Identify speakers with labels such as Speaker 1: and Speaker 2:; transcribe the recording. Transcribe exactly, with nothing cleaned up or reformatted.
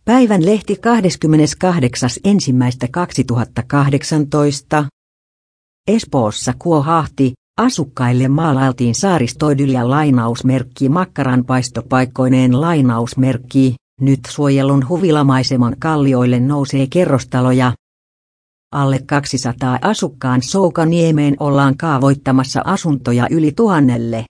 Speaker 1: Päivän lehti kahdeskymmeneskahdeksas ensimmäistä kaksituhattakahdeksantoista. Espoossa kuohahti, asukkaille maalailtiin saaristoidylliä lainausmerkki makkaranpaistopaikkoineen lainausmerkki, nyt suojelun huvilamaiseman kallioille nousee kerrostaloja. Alle kaksisataa asukkaan Soukaniemeen ollaan kaavoittamassa asuntoja yli tuhannelle.